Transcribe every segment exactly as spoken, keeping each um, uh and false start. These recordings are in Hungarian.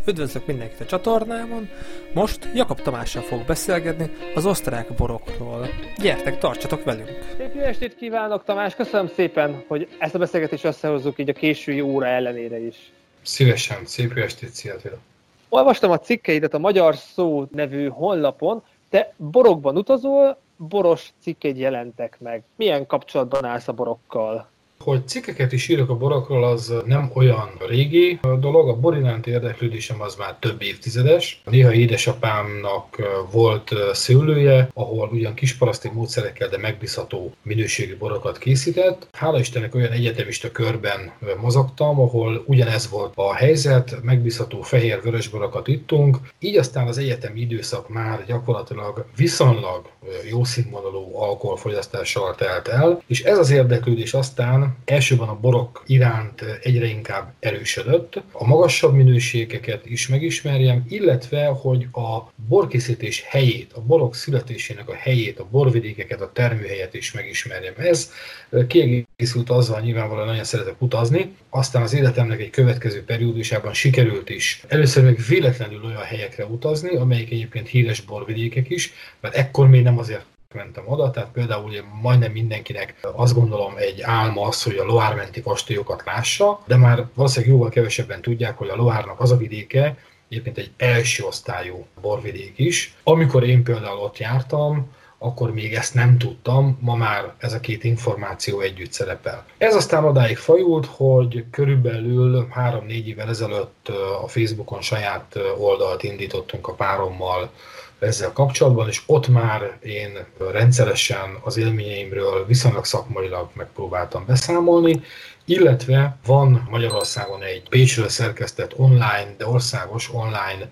Üdvözlök mindenkit a csatornámon, most Jakab Tamással fogok beszélgetni az osztrák borokról. Gyertek, tartsatok velünk! Szép jó estét kívánok, Tamás! Köszönöm szépen, hogy ezt a beszélgetést összehozzuk így a késői óra ellenére is. Szívesen, szép jó estét, szia Attila! Olvastam a cikkeidet a Magyar Szó nevű honlapon, te borokban utazol, boros cikkeid jelentek meg. Milyen kapcsolatban állsz a borokkal? Hogy cikkeket is írok a borokról, az nem olyan régi dolog. A bor iránti érdeklődésem az már több évtizedes. Néha édesapámnak volt szőlője, ahol ugyan kisparaszti módszerekkel, de megbízható minőségű borokat készített. Hála Istennek olyan egyetemista körben mozogtam, ahol ugyanez volt a helyzet, megbízható fehér vörös borokat ittunk. Így aztán az egyetemi időszak már gyakorlatilag viszonylag jó színvonalú alkoholfogyasztással telt el, és ez az érdeklődés aztán elsőben a borok iránt egyre inkább erősödött, a magasabb minőségeket is megismerjem, illetve, hogy a borkészítés helyét, a borok születésének a helyét, a borvidékeket, a termőhelyet is megismerjem. Ez kiegészült azzal, nyilvánvalóan nagyon szeretek utazni, aztán az életemnek egy következő periódusában sikerült is először még véletlenül olyan helyekre utazni, amelyek egyébként híres borvidékek is, mert ekkor még nem azért mentem oda, tehát például ugye majdnem mindenkinek azt gondolom egy álma az, hogy a Loire menti kastélyokat lássa, de már valószínűleg jóval kevesebben tudják, hogy a Loire-nak az a vidéke egyébként egy első osztályú borvidék is. Amikor én például ott jártam, akkor még ezt nem tudtam, ma már ez a két információ együtt szerepel. Ez aztán odáig fajult, hogy körülbelül három-négy évvel ezelőtt a Facebookon saját oldalt indítottunk a párommal ezzel kapcsolatban, és ott már én rendszeresen az élményeimről viszonylag szakmailag megpróbáltam beszámolni, illetve van Magyarországon egy Pécsről szerkesztett online, de országos online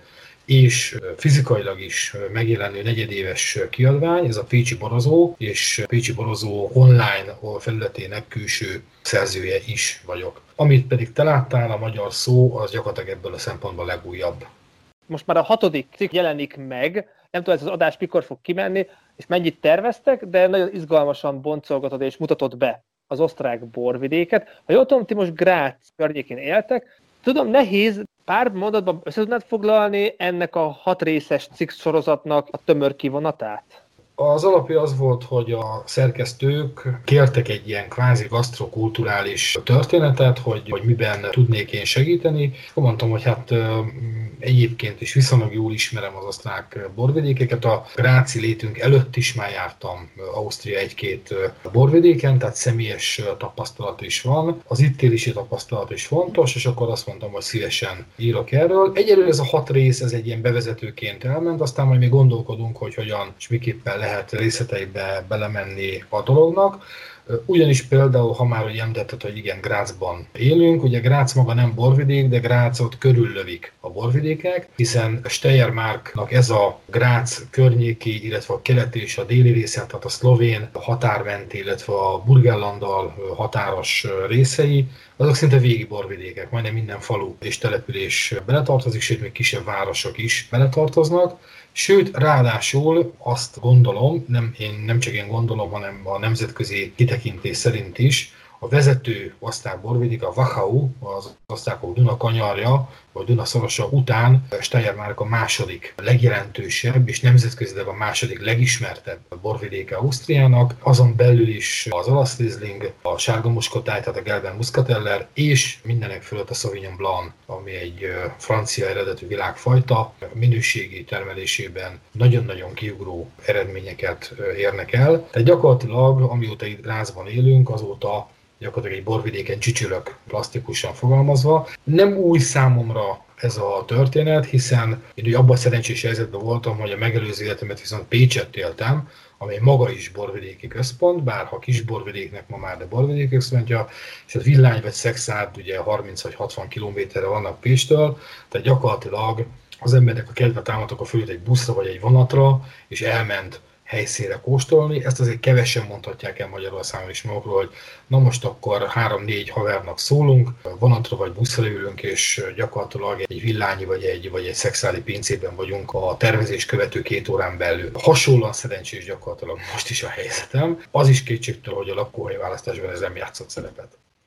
és fizikailag is megjelenő negyedéves kiadvány, ez a Pécsi Borozó, és Pécsi Borozó online felületének külső szerzője is vagyok. Amit pedig te láttál, a Magyar Szó, az gyakorlatilag ebből a szempontból legújabb. Most már a hatodik cikk jelenik meg, nem tudom, ez az adás mikor fog kimenni, és mennyit terveztek, de nagyon izgalmasan boncolgatod és mutatod be az osztrák borvidéket. Ha jól tudom, ti most Grác környékén éltek. Tudom, nehéz pár mondatban össze tudnád foglalni ennek a hat részes cikk sorozatnak a tömör kivonatát? Az alapja az volt, hogy a szerkesztők kértek egy ilyen kvázi gasztrokulturális történetet, hogy, hogy miben tudnék én segíteni. Mondtam, hogy hát egyébként is viszonylag jól ismerem az osztrák borvidékeket. A gráci létünk előtt is már jártam Ausztria egy-két borvidéken, tehát személyes tapasztalat is van. Az itt élési tapasztalat is fontos, és akkor azt mondtam, hogy szívesen írok erről. Egyelőre ez a hat rész, ez egy ilyen bevezetőként elment, aztán majd még gondolkodunk, hogy hogyan és miképpen lehet részleteibe belemenni a dolognak. Ugyanis például, ha már említetted, hogy igen, Grácsban élünk, ugye Grác maga nem borvidék, de Grácot körüllövik a borvidékek, hiszen Steiermarknak ez a Grác környéki, illetve a keleti és a déli része, tehát a szlovén határmenti, illetve a Burgenlanddal határos részei, azok szinte végi borvidékek, majdnem minden falu és település beletartozik, sőt még kisebb városok is beletartoznak. Sőt, ráadásul azt gondolom, nem, én nem csak én gondolom, hanem a nemzetközi kitekintés szerint is, a vezető osztrák borvidék, a Wachau, az osztrákok Duna kanyarja, vagy Duna szorosa után Steiermark a második legjelentősebb, és nemzetközileg a második legismertebb borvidéke Ausztriának. Azon belül is az olasz Riesling, a sárga muskotáj, tehát a Gelben Muscateller, és mindenek fölött a Sauvignon Blanc, ami egy francia eredetű világfajta, minőségi termelésében nagyon-nagyon kiugró eredményeket érnek el. Tehát gyakorlatilag, amióta itt Grácsban élünk, azóta gyakorlatilag egy borvidéken csücsülök, plastikusan fogalmazva. Nem új számomra ez a történet, hiszen én ugye abban a szerencsés helyzetben voltam, hogy a megelőző életemet viszont Pécsett éltem, amely maga is borvidéki központ, bár ha kis borvidéknek ma már, de borvidéki központja, és a Villány vagy Szexárd ugye harminc vagy hatvan kilométerre vannak Pécstől, tehát gyakorlatilag az embernek a kedve támadtak a fölött egy buszra vagy egy vonatra, és elment helyszínre kóstolni. Ezt azért kevesen mondhatják el Magyarországon is magukról, hogy na most akkor három-négy havernak szólunk, vonatra vagy buszra ülünk, és gyakorlatilag egy villányi vagy egy, vagy egy szexuális pincében vagyunk a tervezés követő két órán belül. Hasonlóan szerencsés gyakorlatilag most is a helyzetem. Az is kétségtől, hogy a lakóhely választásban ez nem játszott szerepet.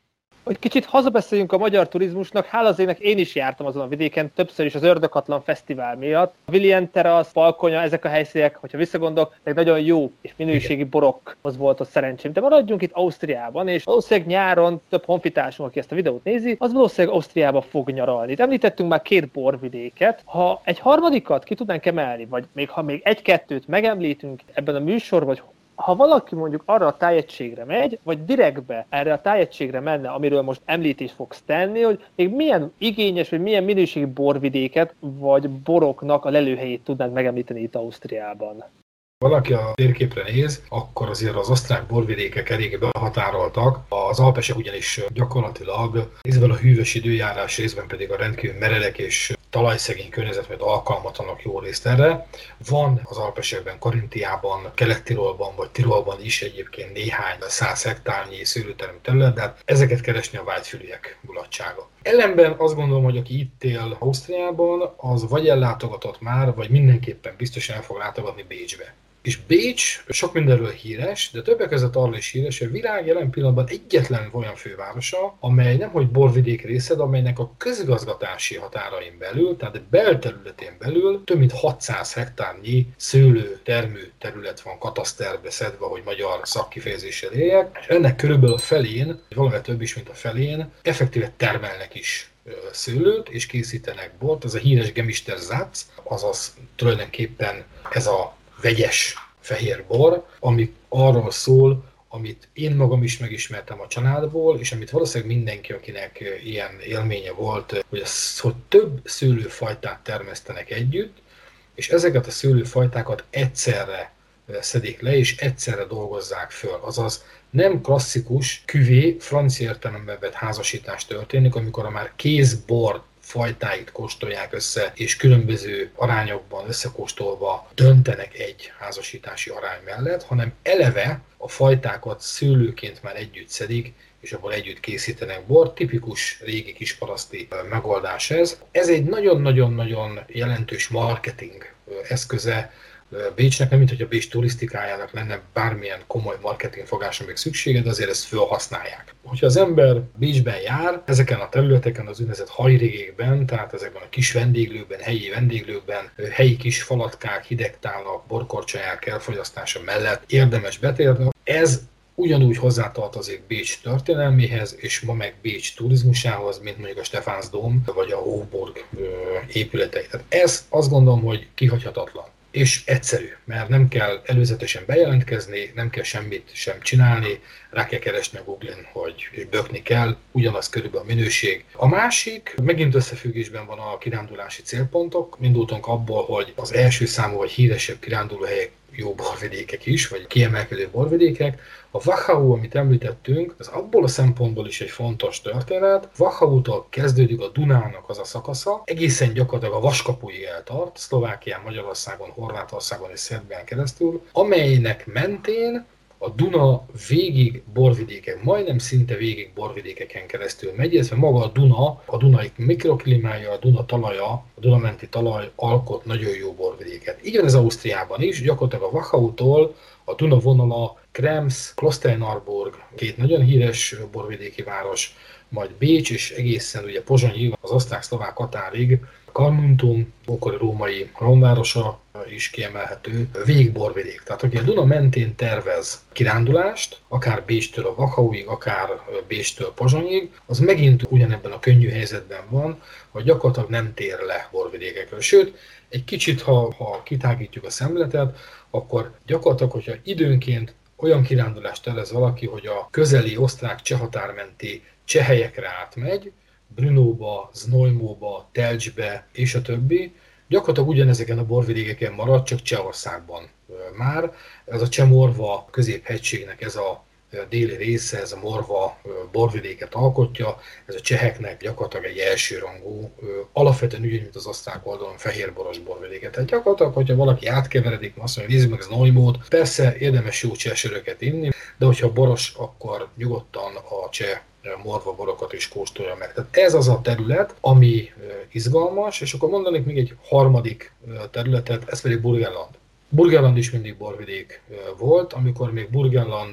Hogy kicsit hazabeszéljünk a magyar turizmusnak, hála az ének én is jártam azon a vidéken, többször is az Ördöghatlan Fesztivál miatt. A William Terasz, Falkonya, ezek a helyszínek, hogyha visszagondolok, nagyon jó és minőségi borokhoz volt ott szerencsém. De maradjunk itt Ausztriában, és valószínűleg nyáron több honfitársunk, aki ezt a videót nézi, az valószínűleg Ausztriába fog nyaralni. Itt említettünk már két borvidéket. Ha egy harmadikat ki tudnánk emelni, vagy még ha még egy-kettőt megemlítünk ebben a műsorban, vagy ha valaki mondjuk arra a tájegységre megy, vagy direktbe erre a tájegységre menne, amiről most említést fogsz tenni, hogy még milyen igényes, vagy milyen minőségi borvidéket, vagy boroknak a lelőhelyét tudnánk megemlíteni itt Ausztriában? Valaki a térképre néz, akkor azért az osztrák borvidékek eléggé behatároltak. Az alpesek ugyanis gyakorlatilag részben a hűvös időjárás, részben pedig a rendkívül meredek és talajszegény környezet, mert alkalmatlanak jó részt erre. Van az Alpesekben, Karintiában, Kelet-Tirolban vagy Tirolban is egyébként néhány száz hektárnyi szőlőtermő terület, de hát ezeket keresni a vágyfülűek mulatsága. Ellenben azt gondolom, hogy aki itt él Ausztriában, az vagy ellátogatott már, vagy mindenképpen biztosan el fog látogatni Bécsbe. És Bécs sok mindenről híres, de többek között arról is híres, hogy a világ jelen pillanatban egyetlen olyan fővárosa, amely nemhogy borvidék része, de amelynek a közigazgatási határain belül, tehát a belterületén belül több mint hatszáz hektárnyi szőlőtermő terület van kataszterbe szedve, hogy magyar szakkifejezéssel éljek, és ennek körülbelül a felén, valamivel több is, mint a felén, effektíve termelnek is szőlőt, és készítenek bort. Ez a híres Gemistersatz, azaz tulajdonképpen ez a vegyes fehér bor, ami arról szól, amit én magam is megismertem a családból, és amit valószínűleg mindenki, akinek ilyen élménye volt, hogy, az, hogy több szőlőfajtát termesztenek együtt, és ezeket a szőlőfajtákat egyszerre szedik le, és egyszerre dolgozzák föl. Azaz nem klasszikus küvé, francia értelemben vett házasítás történik, amikor a már kézbor fajtáit kóstolják össze, és különböző arányokban összekóstolva döntenek egy házasítási arány mellett, hanem eleve a fajtákat szőlőként már együtt szedik, és abból együtt készítenek bort. Tipikus régi kisparaszti megoldás ez. Ez egy nagyon-nagyon-nagyon jelentős marketing eszköze Bécsnek, nem mint hogy a Bécs turisztikájának lenne bármilyen komoly marketingfogása még szüksége, de azért ezt felhasználják. Hogyha az ember Bécsben jár, ezeken a területeken, az úgynevezett hajrigékben, tehát ezekben a kis vendéglőkben, helyi vendéglőkben, helyi kis falatkák, hidegtálnak, borkorcsolyák elfogyasztása mellett érdemes betérni. Ez ugyanúgy hozzátartozik Bécs történelméhez, és ma meg Bécs turizmusához, mint mondjuk a Stephansdom vagy a Hofburg épületei. Tehát ez azt gondolom, hogy kihagyhatatlan. És egyszerű, mert nem kell előzetesen bejelentkezni, nem kell semmit sem csinálni, rá kell keresni a Google-en, hogy bökni kell, ugyanaz körülbelül a minőség. A másik, megint összefüggésben van a kirándulási célpontok. Indultunk abból, hogy az első számú vagy híresebb kirándulóhelyek jó borvidékek is, vagy kiemelkedő borvidékek. A Wachau, amit említettünk, az abból a szempontból is egy fontos történet. Wachau-tól kezdődik a Dunának az a szakasza, egészen gyakorlatilag a Vaskapuig eltart, Szlovákián, Magyarországon, Horvátországon és Szerbián keresztül, amelynek mentén a Duna végig borvidékek, majdnem szinte végig borvidékeken keresztül megy, illetve maga a Duna, a Dunai mikroklimája, a Duna talaja, a Dunamenti talaj alkot nagyon jó borvidéket. Így van ez Ausztriában is, gyakorlatilag a Wachau-tól a Duna vonala, Krems, Klosterneuburg, két nagyon híres borvidéki város, majd Bécs és egészen ugye Pozsonyig, az osztrák-szlovák határig, Carnuntum, ókori római romvárosa is kiemelhető, végigborvidék. Tehát aki a Duna mentén tervez kirándulást, akár Bécstől a Wachauig, akár Bécstől Pozsonyig, az megint ugyanebben a könnyű helyzetben van, hogy gyakorlatilag nem tér le borvidékekről. Sőt, egy kicsit, ha, ha kitágítjuk a szemletet, akkor gyakorlatilag, hogyha időnként olyan kirándulást tervez valaki, hogy a közeli osztrák-cseh határmenti cseh helyekre átmegy, Brnóba, Znojmóba, Telcsbe és a többi, gyakorlatilag ugyanezeken a borvidékeken marad, csak Csehországban már. Ez a Cseh-Morva középhegységnek ez a déli része, ez a Morva borvidéket alkotja, ez a cseheknek gyakorlatilag egy elsőrangú, alapvetően ugyanúgy, mint az osztrák oldalon fehérboros borvidéket. Tehát gyakorlatilag, hogyha valaki átkeveredik, azt mondja, nézzük meg Znojmót, persze érdemes jó cseh söröket inni, de hogyha boros, akkor nyugodtan a cseh morva borokat is kóstolja meg. Tehát ez az a terület, ami izgalmas, és akkor mondanék még egy harmadik területet, ez pedig Burgenland. Burgenland is mindig borvidék volt, amikor még Burgenland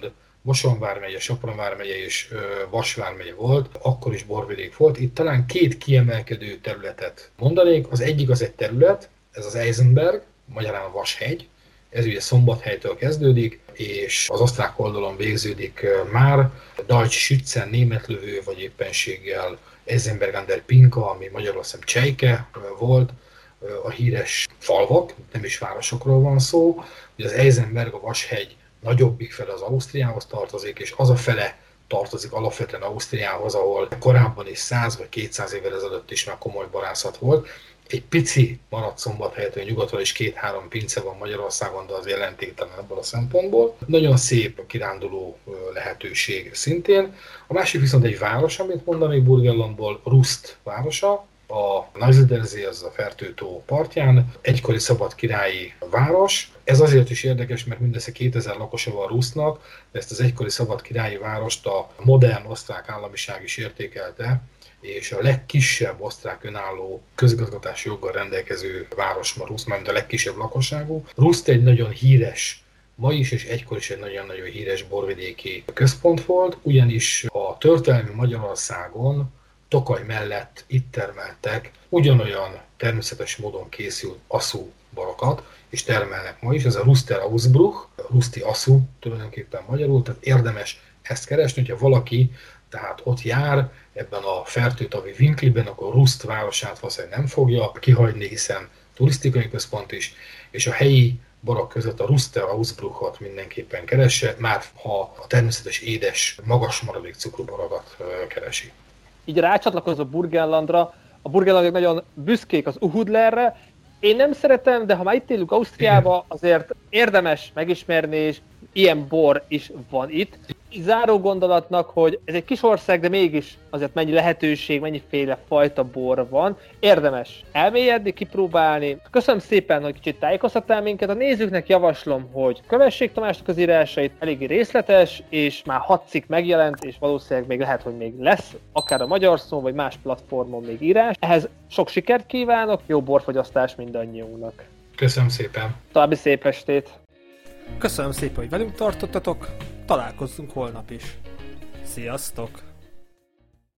Mosón vármegye, Sopron vármegye és Vas vármegye volt, akkor is borvidék volt. Itt talán két kiemelkedő területet mondanék. Az egyik az egy terület, ez az Eisenberg, magyarán a Vashegy. Ez ugye Szombathelytől kezdődik, és az osztrák oldalon végződik már. Deutsch Schützen, németlövő, vagy éppenséggel Eisenberg an der Pinka, ami magyarul azt hiszem Csejke volt, a híres falvak, nem is városokról van szó. Ugye az Eisenberg, a Vashegy nagyobbik fele az Ausztriához tartozik, és az a fele tartozik alapvetően Ausztriához, ahol korábban is száz vagy kétszáz évvel ezelőtt is már komoly borászat volt. Egy pici maradt Szombathelytől nyugatról is két-három pince van Magyarországon, de az jelentéktelen ebből a szempontból. Nagyon szép kiránduló lehetőség szintén. A másik viszont egy város, amit mondanék Burgenlandból, Rust városa. A Neusiedlersee, az a Fertő-tó partján, egykori szabadkirályi város. Ez azért is érdekes, mert mindössze kétezer lakosa van Rustnak, de ezt az egykori szabadkirályi várost a modern osztrák államiság is értékelte, és a legkisebb osztrák önálló közigazgatási joggal rendelkező város ma Rust, mármint a legkisebb lakosságú. Rust egy nagyon híres, ma is és egykor is egy nagyon-nagyon híres borvidéki központ volt, ugyanis a történelmi Magyarországon Tokaj mellett itt termeltek ugyanolyan természetes módon készült asszú borokat, és termelnek ma is, ez a Ruster Ausbruch, Ruszti asszú tulajdonképpen magyarul, tehát érdemes ezt keresni, hogyha valaki tehát ott jár, ebben a Fertőtavi Winkliben, akkor Rust városát valószínűleg nem fogja kihagyni, hiszen turisztikai központ is, és a helyi borok között a Ruster Ausbruchot mindenképpen keresse, már ha a természetes édes, magas maradék cukrú borokat keresi. Így rácsatlakozva Burgenlandra, a burgenlandok nagyon büszkék az Uhudlerre. Én nem szeretem, de ha már itt élünk Ausztriába, azért érdemes megismerni, és ilyen bor is van itt. Záró gondolatnak, hogy ez egy kis ország, de mégis azért mennyi lehetőség, mennyiféle fajta bor van. Érdemes elmélyedni, kipróbálni. Köszönöm szépen, hogy kicsit tájékoztattál minket. A nézőknek javaslom, hogy kövessék Tamásnak az írásait, eléggé részletes, és már hat cikk megjelent, és valószínűleg még lehet, hogy még lesz, akár a Magyar Szó, vagy más platformon még írás. Ehhez sok sikert kívánok, jó borfogyasztás mindannyiunknak. Köszönöm szépen. További szép estét. Köszönöm szépen, hogy velünk tartottatok, találkozzunk holnap is. Sziasztok!